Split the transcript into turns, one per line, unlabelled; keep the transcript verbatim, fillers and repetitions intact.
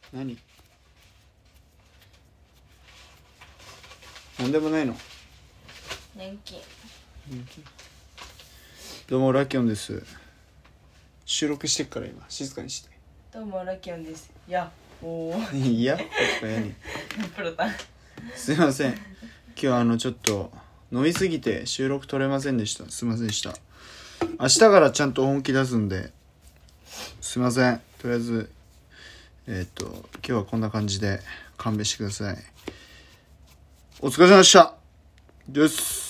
何？なんでもないの？
年金。
どうもラキオンです。収録してっから今静かにして。
どうもラキオンです。いやおー
いやとかやに
プロタン。
すいません、今日はあのちょっと飲みすぎて収録取れませんでした。すいませんでした。明日からちゃんと本気出すんですいません。とりあえずえっと今日はこんな感じで勘弁してください。お疲れ様でしたです。